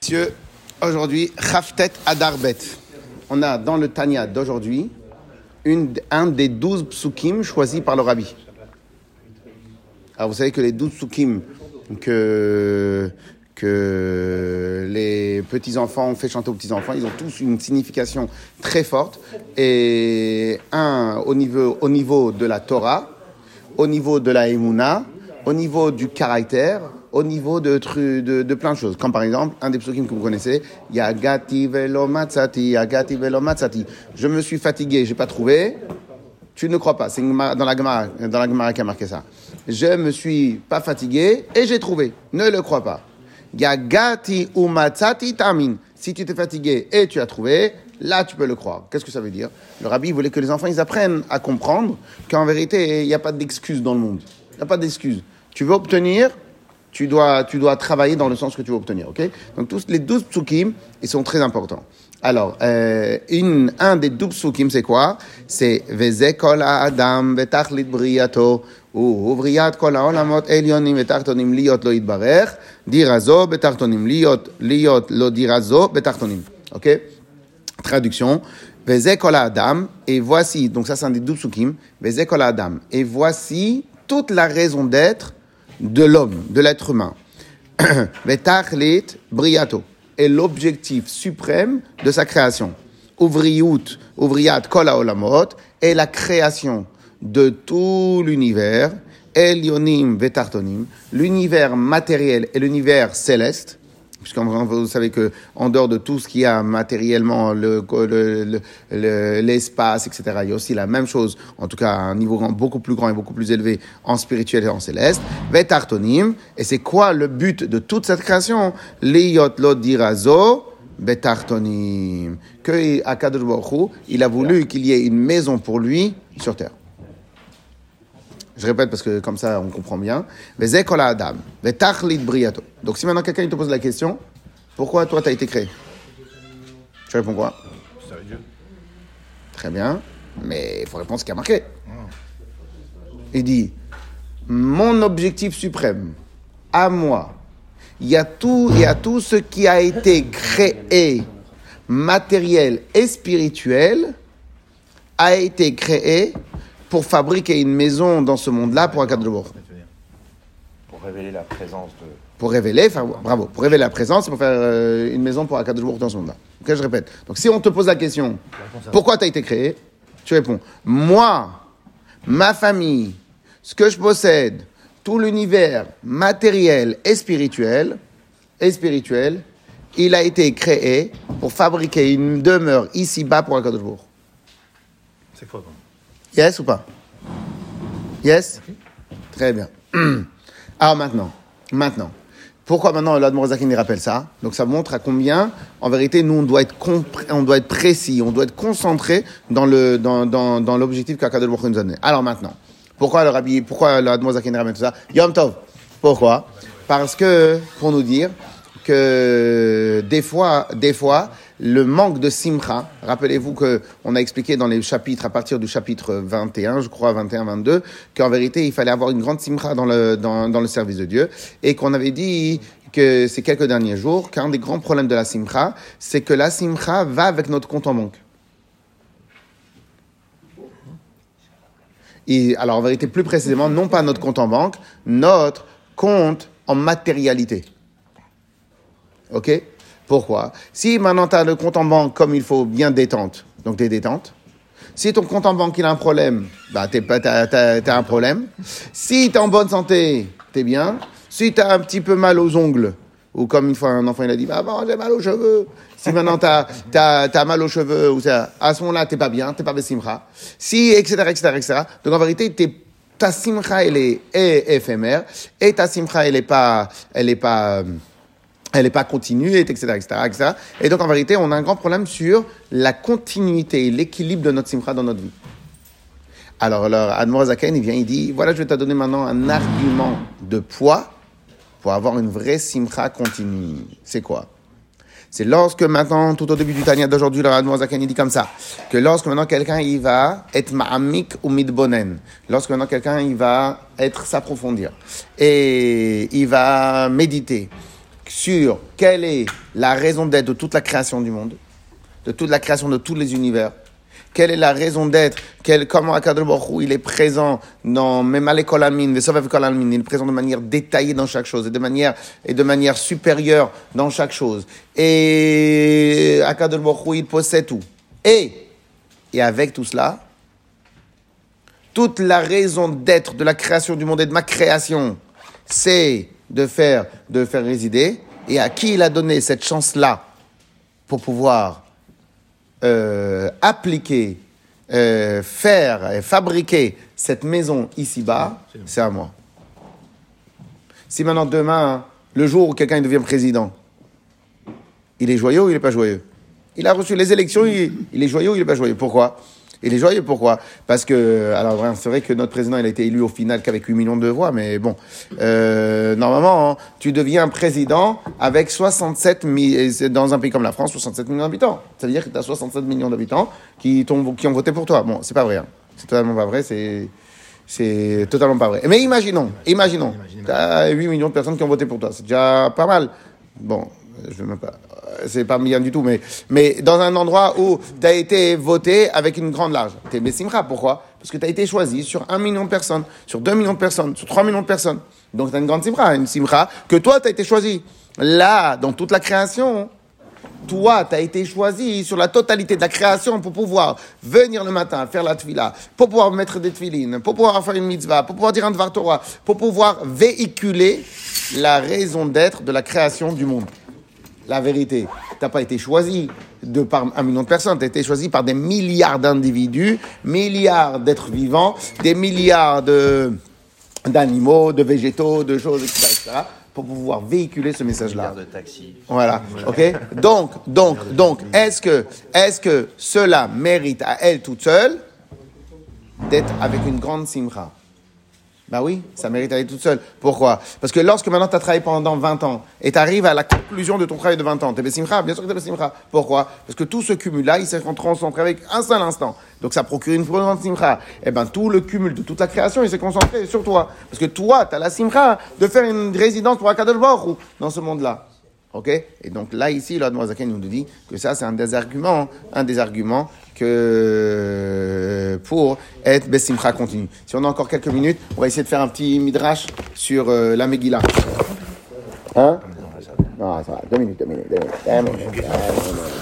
Messieurs, aujourd'hui, Chaftet Adarbet. On a dans le Tanya d'aujourd'hui un des 12 psukim choisis par le Rabbi. Alors vous savez que les 12 psukim que les petits-enfants ont fait chanter aux petits-enfants, ils ont tous une signification très forte. Et un au niveau de la Torah, au niveau de la Emouna, au niveau du caractère, au niveau de plein de choses. Comme par exemple, un des psukim que vous connaissez, Yagati velo matzati, Yagati velo matzati. Je me suis fatigué, j'ai pas trouvé. Tu ne crois pas. C'est dans la Gemara qui a marqué ça. Je me suis pas fatigué et j'ai trouvé. Ne le crois pas. Yagati ou matzati tamin. Si tu t'es fatigué et tu as trouvé, là tu peux le croire. Qu'est-ce que ça veut dire? Le Rabbi voulait que les enfants ils apprennent à comprendre qu'en vérité, il n'y a pas d'excuse dans le monde. Il n'y a pas d'excuse. Tu veux obtenir, tu dois travailler dans le sens que tu veux obtenir, ok? Donc tous les 12 psukim, ils sont très importants. Alors, un des 12 psukim, c'est quoi? C'est Veze kol ha'adam betachlit briyato uvriyat kol ha'olamot elyonim betachtonim liot lo yitbarech dirazo betachtonim liot lo dirazo betachtonim, ok? Traduction. Veze kol ha'adam, et voici, donc ça c'est un des 12 psukim, Veze kol ha'adam, et voici toute la raison d'être de l'homme, de l'être humain. Betachlit briyato, est l'objectif suprême de sa création. Ouvriyat kol ha'olamot, est la création de tout l'univers. Elyonim vetartonim, l'univers matériel et l'univers céleste. Puisque vous savez que en dehors de tout ce qu'il y a matériellement, l'espace, etc., il y a aussi la même chose, en tout cas à un niveau beaucoup plus grand et beaucoup plus élevé en spirituel et en céleste. Vetartonim, et c'est quoi le but de toute cette création? Liyot lo dirazo betartonim, que Akadosh Baruch Hu, il a voulu qu'il y ait une maison pour lui sur terre. Je répète parce que comme ça on comprend bien. Veze kol ha'adam betachlit briyato. Donc si maintenant quelqu'un te pose la question, pourquoi toi tu as été créé? Tu réponds quoi? C'est Dieu. Très bien, mais il faut répondre ce qui a marqué. Il dit, mon objectif suprême, à moi, il y a tout ce qui a été créé, matériel et spirituel, a été créé pour fabriquer une maison dans ce monde-là pour Akadosh Baruch Hu. Pour révéler la présence de... Pour révéler la présence, c'est pour faire une maison pour Akadosh Baruch Hu dans ce monde-là. Ok, je répète. Donc si on te pose la question, pourquoi tu as été créé? Tu réponds, moi, ma famille, ce que je possède, tout l'univers matériel et spirituel, il a été créé pour fabriquer une demeure ici-bas pour Akadosh Baruch Hu. C'est faux, donc. Yes ou pas? Yes? Okay. Très bien. Alors maintenant. Pourquoi maintenant l'Admor Zaken rappelle ça? Donc ça montre à combien, en vérité, nous on doit être précis, on doit être concentré dans l'objectif qu'Akadosh Baruch Hu nous a donné. Alors maintenant, pourquoi l'Admor Zaken ramène tout ça? Yom Tov. Pourquoi? Parce que, pour nous dire que des fois, le manque de simcha, rappelez-vous qu'on a expliqué dans les chapitres, à partir du chapitre 21, je crois, 21, 22, qu'en vérité, il fallait avoir une grande simcha dans le service de Dieu, et qu'on avait dit que ces quelques derniers jours, qu'un des grands problèmes de la simcha, c'est que la simcha va avec notre compte en banque. Et alors, en vérité, plus précisément, non pas notre compte en banque, notre compte en matérialité. Ok? Pourquoi? Si maintenant tu as le compte en banque comme il faut, bien détente, donc tu es détente. Si ton compte en banque il a un problème, bah t'as un problème. Si tu es en bonne santé, tu es bien. Si tu as un petit peu mal aux ongles, ou comme une fois un enfant il a dit, bah bon, j'ai mal aux cheveux. Si maintenant tu as mal aux cheveux, ou ça, à ce moment-là, tu pas bien, tu pas besimcha. Si, etc. Donc en vérité, ta simcha elle est éphémère, et ta simcha elle est pas continue, etc. Et donc, en vérité, on a un grand problème sur la continuité et l'équilibre de notre simcha dans notre vie. Alors Admor Zaken, il dit, voilà, je vais te donner maintenant un argument de poids pour avoir une vraie simcha continue. C'est quoi? C'est lorsque maintenant, tout au début du Tanya d'aujourd'hui, le Admor Zaken, il dit comme ça, que lorsque maintenant quelqu'un, il va être ma'amik ou midbonen, lorsque maintenant quelqu'un, il va s'approfondir, et il va méditer, sur quelle est la raison d'être de toute la création du monde, de toute la création de tous les univers. Quelle est la raison d'être, comment Akadosh Baruch Hu, il est présent dans Memale Kol Almin, Vesovav Kol Almin, il est présent de manière détaillée dans chaque chose et de manière supérieure dans chaque chose. Et Akadosh Baruch Hu, il possède tout. Et avec tout cela, toute la raison d'être de la création du monde et de ma création, c'est de faire résider. Et à qui il a donné cette chance-là pour pouvoir appliquer, faire et fabriquer cette maison ici-bas, c'est à moi. Si maintenant, demain, le jour où quelqu'un devient président, il est joyeux ou il n'est pas joyeux? Il a reçu les élections, il est joyeux ou il n'est pas joyeux? Pourquoi? Il est joyeux, pourquoi? Parce que, alors c'est vrai que notre président, il a été élu au final qu'avec 8 millions de voix, mais bon, normalement, hein, tu deviens président avec 67 millions, dans un pays comme la France, 67 millions d'habitants. Ça veut dire que tu as 67 millions d'habitants qui ont voté pour toi. Bon, c'est pas vrai, hein. C'est totalement pas vrai, c'est totalement pas vrai. Mais imaginons, tu as 8 millions de personnes qui ont voté pour toi, c'est déjà pas mal. Bon, je veux même pas... C'est pas bien du tout, mais dans un endroit où tu as été voté avec une grande large. T'es Bessimcha, pourquoi? Parce que tu as été choisi sur 1 million de personnes, sur 2 millions de personnes, sur 3 millions de personnes. Donc tu as une grande Simcha, une Simcha que toi, tu as été choisi. Là, dans toute la création, toi, tu as été choisi sur la totalité de la création pour pouvoir venir le matin, faire la tefila, pour pouvoir mettre des tefilines, pour pouvoir faire une mitzvah, pour pouvoir dire un dvar Torah, pour pouvoir véhiculer la raison d'être de la création du monde. La vérité, tu n'as pas été choisi par 1 million de personnes, tu as été choisi par des milliards d'individus, milliards d'êtres vivants, des milliards d'animaux, de végétaux, de choses, etc., pour pouvoir véhiculer ce message-là. Milliards de taxis. Voilà, ok? Donc, est-ce que cela mérite à elle toute seule d'être avec une grande simcha? Ben oui, ça mérite d'aller toute seule. Pourquoi? Parce que lorsque maintenant tu as travaillé pendant 20 ans et tu arrives à la conclusion de ton travail de 20 ans, tu es Bessimcha, bien sûr que tu es Bessimcha. Pourquoi? Parce que tout ce cumul-là, il s'est concentré avec un seul instant. Donc ça procure une grande Simcha. Et ben tout le cumul de toute la création, il s'est concentré sur toi. Parce que toi, tu as la Simcha de faire une résidence pour Akadosh Baruch Hu dans ce monde-là. Ok? Et donc là, ici, le Admorazaken nous dit que ça, c'est un des arguments que pour être Bessimcha continue. Si on a encore quelques minutes, on va essayer de faire un petit midrash sur la Megillah. Hein? Non, ça va. 2 minutes.